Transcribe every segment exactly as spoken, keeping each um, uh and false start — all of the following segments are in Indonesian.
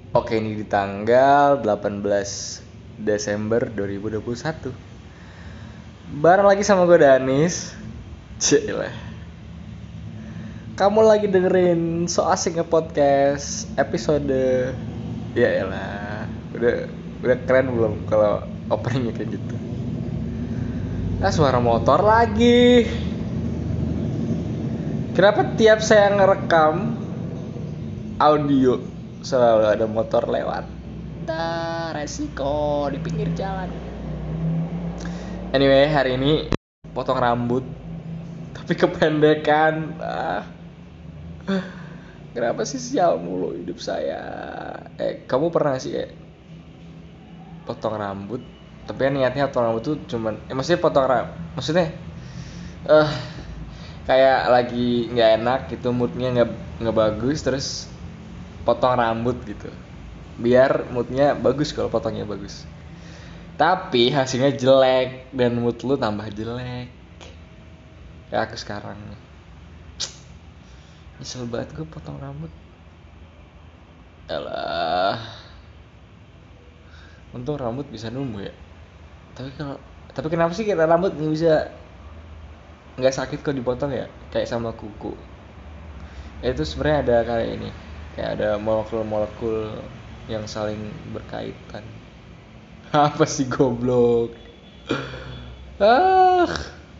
Oke, ini di tanggal delapan belas Desember dua ribu dua puluh satu. Bareng lagi sama gue Danis. Cilah. Kamu lagi dengerin So Asik Nge-Podcast episode. Ya elah. Udah udah keren belum kalau openingnya kayak gitu. Ah, suara motor lagi. Kenapa tiap saya ngerekam audio selalu ada motor lewat? Dah, resiko di pinggir jalan. Anyway, hari ini potong rambut tapi kependekan. Ah, kenapa sih sial mulu hidup saya? Eh, kamu pernah sih kayak potong rambut? Tapi kan niatnya potong rambut tuh cuman, eh maksudnya potong rambut, maksudnya eh kayak lagi nggak enak gitu, moodnya nggak nggak bagus, terus potong rambut gitu. Biar moodnya bagus kalau potongnya bagus. Tapi hasilnya jelek dan mood lu tambah jelek. Kayak aku sekarang. Nyesel banget gue potong rambut. Alah. Untung rambut bisa numbuh ya. Tapi kalau tapi kenapa sih kita rambut nggak bisa nggak sakit kok dipotong ya? Kayak sama kuku. Itu sebenarnya ada kayak ini. Kayak ada molekul-molekul yang saling berkaitan. Apa sih goblok? Ah.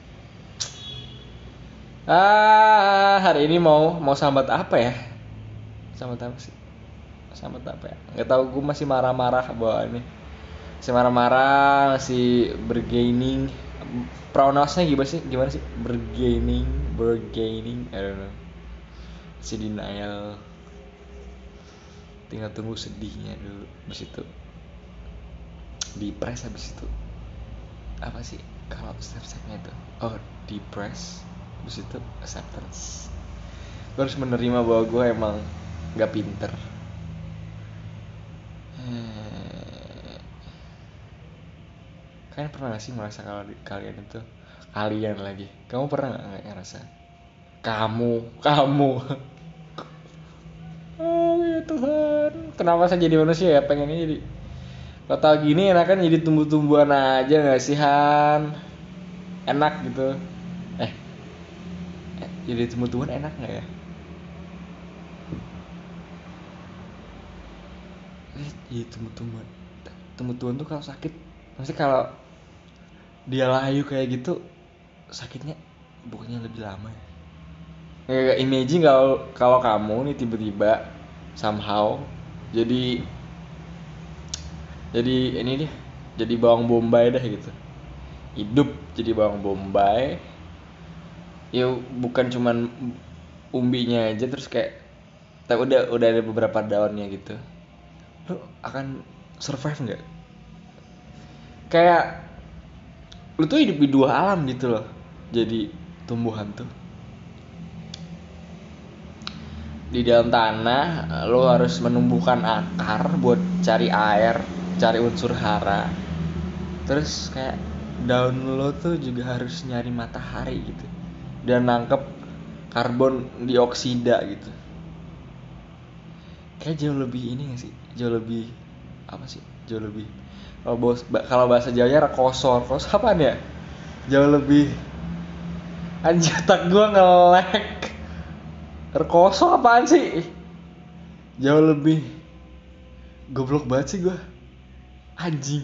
Ah, hari ini mau mau sambat apa ya? Sambat apa sih? Sambat apa ya? Nggak tahu, gue masih marah-marah bawa ini. Masih marah-marah, masih bergaining. Pronounce-nya gimana sih? Gimana sih? Bergaining, bergaining. I don't know. Masih denial. Tinggal tunggu sedihnya dulu. Habis itu depress, habis itu apa sih kalau step-stepnya itu? Oh, depress. Habis itu acceptance. Gue harus menerima bahwa gue emang gak pinter. Hmm. Kalian pernah gak sih merasa kalau kalian itu kalian lagi? Kamu pernah gak ngerasa? Kamu, kamu. Oh ya Tuhan, kenapa saya jadi manusia ya? Pengennya jadi. Kalau tau gini enakan jadi tumbuh-tumbuhan aja gak sih Han? Enak gitu. Eh, eh jadi tumbuh-tumbuhan enak gak ya? Eh, jadi tumbuh-tumbuhan. Tumbuh-tumbuhan tuh kalau sakit, maksudnya kalau dia layu kayak gitu, sakitnya bukannya lebih lama ya? Kayak imagine kalau kalau kamu nih tiba-tiba somehow jadi jadi ini deh, jadi bawang bombay dah gitu. Hidup jadi bawang bombay. Ya bukan cuman umbinya aja, terus kayak tapi udah udah ada beberapa daunnya gitu. Lu akan survive nggak? Kayak lu tuh hidup di dua alam gitu loh. Jadi tumbuhan tuh di dalam tanah, lo harus menumbuhkan akar buat cari air, cari unsur hara. Terus kayak daun lo tuh juga harus nyari matahari gitu dan nangkep karbon dioksida gitu. Kayak jauh lebih ini gak sih? Jauh lebih apa sih? Jauh lebih kalau bos kalau bahasa Jawanya rekoso. Rekoso apaan ya? Jauh lebih anjir, tak gua nge-lag. Rekoso apaan sih? Jauh lebih goblok banget sih gua. Anjing.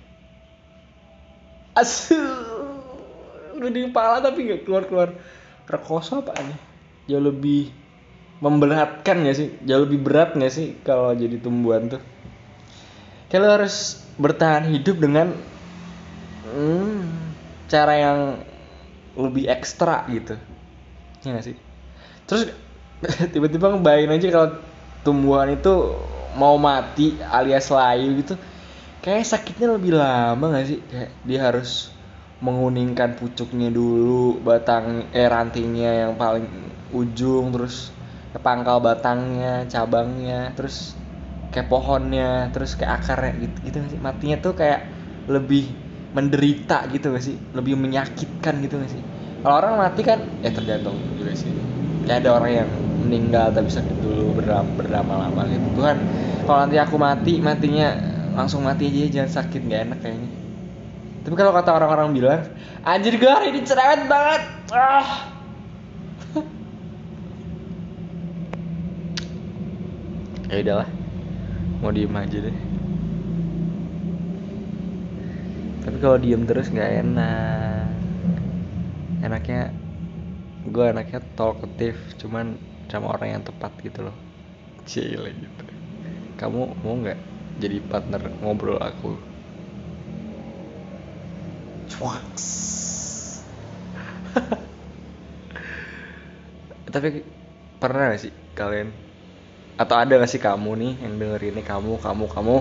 Asu. Udah di kepala tapi gak keluar-keluar. Rekoso apaan ya? Jauh lebih memberatkan gak sih? Jauh lebih berat gak sih kalau jadi tumbuhan tuh? Kayak lo harus bertahan hidup dengan hmm, cara yang lebih ekstra gitu. Ya gak sih? Terus tiba-tiba ngebayangin aja kalau tumbuhan itu mau mati alias layu gitu. Kayak sakitnya lebih lama gak sih? Kayak dia harus menguningkan pucuknya dulu, batang eh rantingnya yang paling ujung, terus ke pangkal batangnya, cabangnya, terus kayak pohonnya, terus kayak akarnya gitu, gitu gak sih? Matinya tuh kayak lebih menderita gitu gak sih? Lebih menyakitkan gitu gak sih? Kalau orang mati kan ya tergantung juga sih. Kayak ada orang yang meninggal tapi sakit dulu berlama, berlama-lama gitu. Tuhan, kalau nanti aku mati, matinya langsung mati aja, jangan sakit, nggak enak kayaknya. Tapi kalau kata orang-orang bilang, anjir gue hari ini cerewet banget. Ah. Ya udahlah, mau diem aja deh. Tapi kalau diem terus nggak enak. Enaknya gue anaknya talkative, cuman sama orang yang tepat gitu loh. Cile gitu. Kamu mau nggak jadi partner ngobrol aku? Cuaks. Tapi pernah gak sih kalian, atau ada gak sih kamu nih yang denger ini, kamu kamu kamu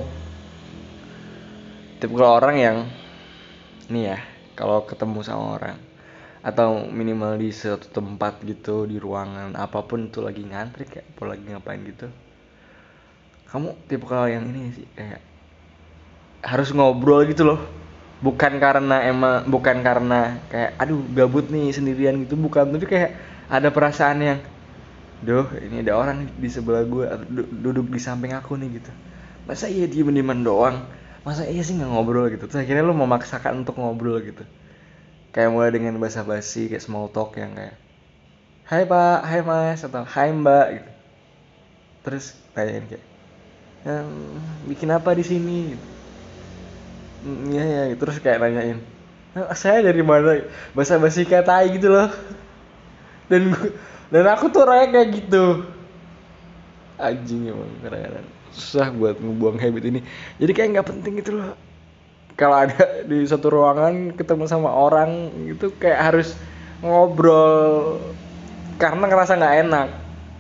tipe kalau orang yang nih ya, kalau ketemu sama orang atau minimal di suatu tempat gitu, di ruangan apapun itu, lagi ngantri kayak apa lagi ngapain gitu, kamu tipe kalau yang ini sih, kayak harus ngobrol gitu loh, bukan karena emang bukan karena kayak aduh gabut nih sendirian gitu, bukan, tapi kayak ada perasaan yang duh ini ada orang di sebelah gue, duduk di samping aku nih gitu, masa iya dia dieman doang, masa iya sih nggak ngobrol gitu. Terus akhirnya lu memaksakan untuk ngobrol gitu, kayak mulai dengan basa-basi kayak small talk yang kayak hai pak, hai mas, atau hai mbak gitu. Terus tanyain kayak ehm, bikin apa di sini gitu. Iya ya, terus kayak nanyain saya dari mana, basa-basi kayak tai gitu loh. Dan gua, dan aku tuh orangnya kayak gitu. Anjing emang kadang-kadang susah buat ngebuang habit ini. Jadi kayak nggak penting gitu loh. Kalau ada di satu ruangan ketemu sama orang gitu kayak harus ngobrol karena ngerasa nggak enak.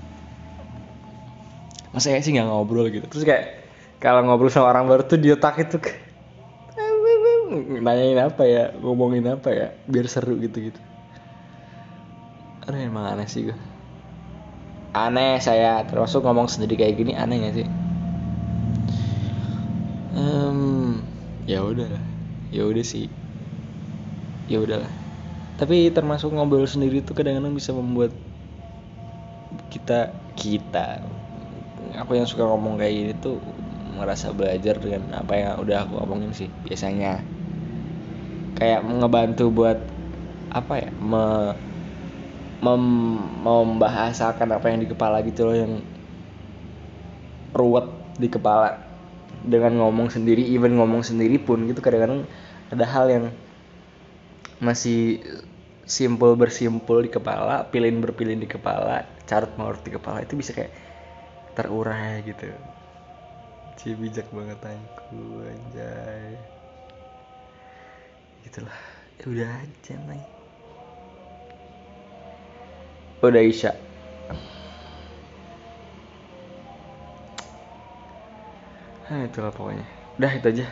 Masa ya sih nggak ngobrol gitu. Terus kayak kalau ngobrol sama orang baru tuh di otak itu nanyain apa ya, ngomongin apa ya, biar seru gitu-gitu. Aduh emang aneh sih gue. Aneh saya, termasuk ngomong sendiri kayak gini aneh gak sih? Hmm, ya udah, ya udah sih, ya udahlah. Tapi termasuk ngobrol sendiri tuh kadang-kadang bisa membuat kita kita, aku yang suka ngomong kayak gini tuh merasa belajar dengan apa yang udah aku omongin sih biasanya. Kayak ngebantu buat apa ya, me, mem, membahasakan apa yang di kepala gitu loh, yang ruwet di kepala dengan ngomong sendiri. Even ngomong sendiri pun gitu kadang-kadang ada hal yang masih simpul bersimpul di kepala, pilin berpilin di kepala, carut marut di kepala, itu bisa kayak terurai gitu. Cie bijak banget aku anjay. Gitulah. Ya udah aja nih. Udah Isya. Nah itulah pokoknya. Udah itu aja.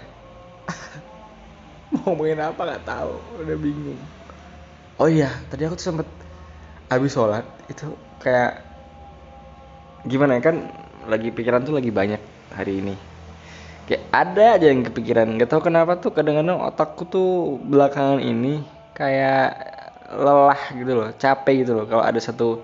Mau ngomongin apa nggak tahu. Udah bingung. Oh iya, tadi aku tuh sempet abis sholat itu kayak gimana ya, kan lagi pikiran tuh lagi banyak hari ini. Kayak ada aja yang kepikiran. Gak tahu kenapa tuh kadang-kadang otakku tuh belakangan ini kayak lelah gitu loh, capek gitu loh. Kalau ada satu,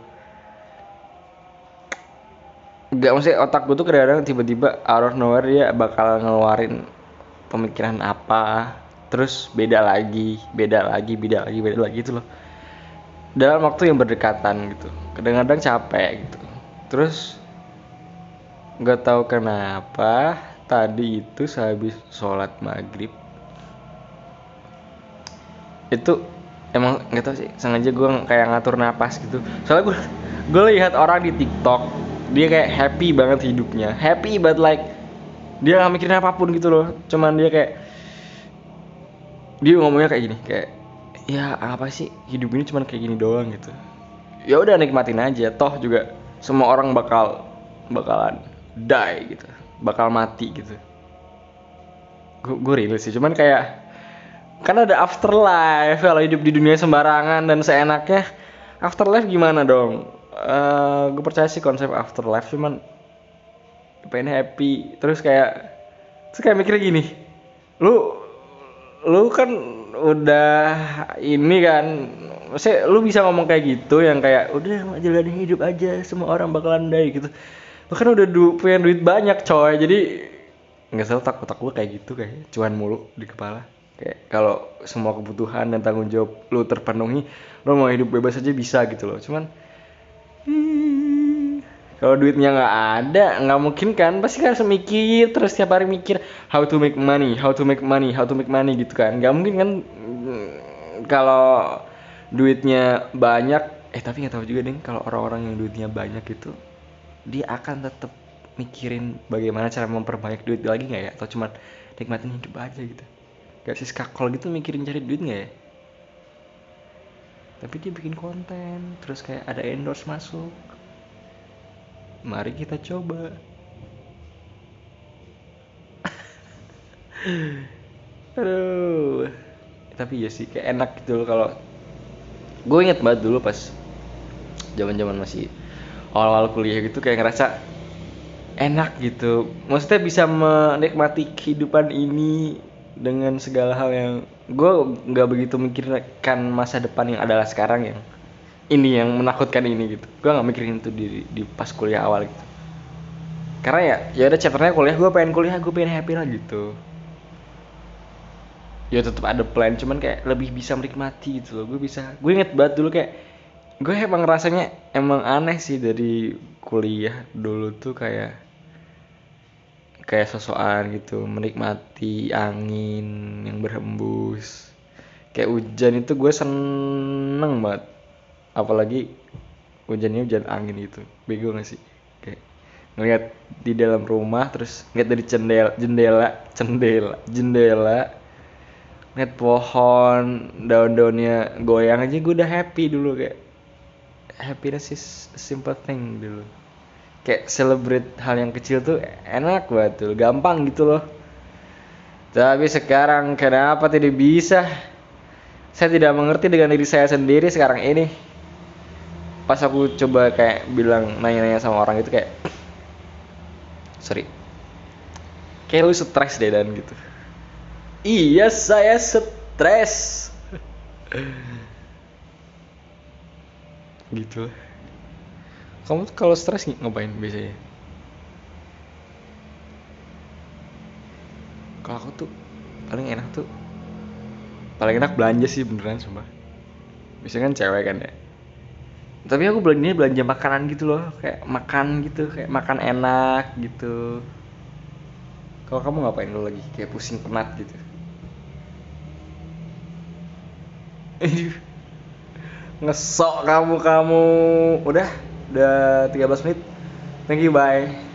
gak, maksudnya otak gue tuh kadang-kadang tiba-tiba out of nowhere dia bakal ngeluarin pemikiran apa, terus beda lagi, beda lagi, beda lagi, beda lagi gitu loh. Dalam waktu yang berdekatan gitu. Kadang-kadang capek gitu. Terus gak tahu kenapa tadi itu sehabis sholat maghrib itu emang nggak tahu sih, sengaja gue kayak ngatur napas gitu. Soalnya gue gue lihat orang di TikTok dia kayak happy banget hidupnya, happy but like dia nggak mikirin apapun gitu loh. Cuman dia kayak dia ngomongnya kayak gini, kayak ya apa sih hidup ini cuman kayak gini doang gitu. Ya udah nikmatin aja, toh juga semua orang bakal bakalan die gitu, bakal mati gitu. Gue gue rilis sih, cuman kayak kan ada afterlife. Kalau hidup di dunia sembarangan dan seenaknya, afterlife gimana dong? Uh, gue percaya sih konsep afterlife, cuman pengen happy. Terus kayak terus kayak mikir gini, lu lu kan udah ini kan, maksudnya lu bisa ngomong kayak gitu yang kayak udah jalanin hidup aja, semua orang bakalan die gitu. Lu kan udah du- punya duit banyak coy, jadi nggak selalu takut takut kayak gitu, kayak cuan mulu di kepala. Kayak kalau semua kebutuhan dan tanggung jawab lu terpenuhi, lu mau hidup bebas aja bisa gitu loh. Cuman hmm, kalau duitnya nggak ada, nggak mungkin kan. Pasti kan harus mikir terus tiap hari mikir how to make money, how to make money, how to make money gitu kan. Nggak mungkin kan mm, kalau duitnya banyak. Eh tapi nggak tahu juga deh kalau orang-orang yang duitnya banyak itu dia akan tetap mikirin bagaimana cara memperbanyak duit lagi nggak ya? Atau cuma nikmatin hidup aja gitu. Gak sih skakol gitu mikirin cari duit nggak ya? Tapi dia bikin konten, terus kayak ada endorse masuk. Mari kita coba. Aduh. Tapi ya sih kayak enak gitu loh kalau gue inget banget dulu pas zaman-zaman masih awal-awal kuliah gitu kayak ngerasa enak gitu. Maksudnya bisa menikmati kehidupan ini dengan segala hal yang gue nggak begitu mikirkan masa depan yang adalah sekarang yang ini yang menakutkan ini gitu. Gue nggak mikirin itu di, di pas kuliah awal gitu. Karena ya ya ada chapternya kuliah, gue pengen kuliah, gue pengen happy lah gitu. Ya tetap ada plan, cuman kayak lebih bisa menikmati gitu loh. Gue bisa, gue inget banget dulu kayak gue emang rasanya emang aneh sih dari kuliah dulu tuh kayak kayak sosokan gitu menikmati angin yang berhembus. Kayak hujan itu gue seneng banget, apalagi hujannya hujan angin gitu. Bego gak sih? Kayak ngeliat di dalam rumah terus ngeliat dari jendela jendela jendela jendela ngeliat pohon daun-daunnya goyang aja gue udah happy dulu. Kayak happiness is a simple thing dulu. Kayak celebrate hal yang kecil tuh enak banget tuh, gampang gitu loh. Tapi sekarang kenapa tidak bisa? Saya tidak mengerti dengan diri saya sendiri sekarang ini. Pas aku coba kayak bilang nanya-nanya sama orang itu kayak sorry, kayak lu stres deh dan gitu. Iya saya stres. Gitu. Kamu tuh kalau stres ngapain biasanya? Kalau aku tuh paling enak tuh paling enak belanja sih beneran sumpah. Biasanya kan cewek kan ya. Tapi aku belanjanya belanja makanan gitu loh, kayak makan gitu, kayak makan enak gitu. Kalau kamu ngapain lo lagi kayak pusing penat gitu? Ngesok kamu kamu. Udah, udah tiga belas menit. Thank you, bye.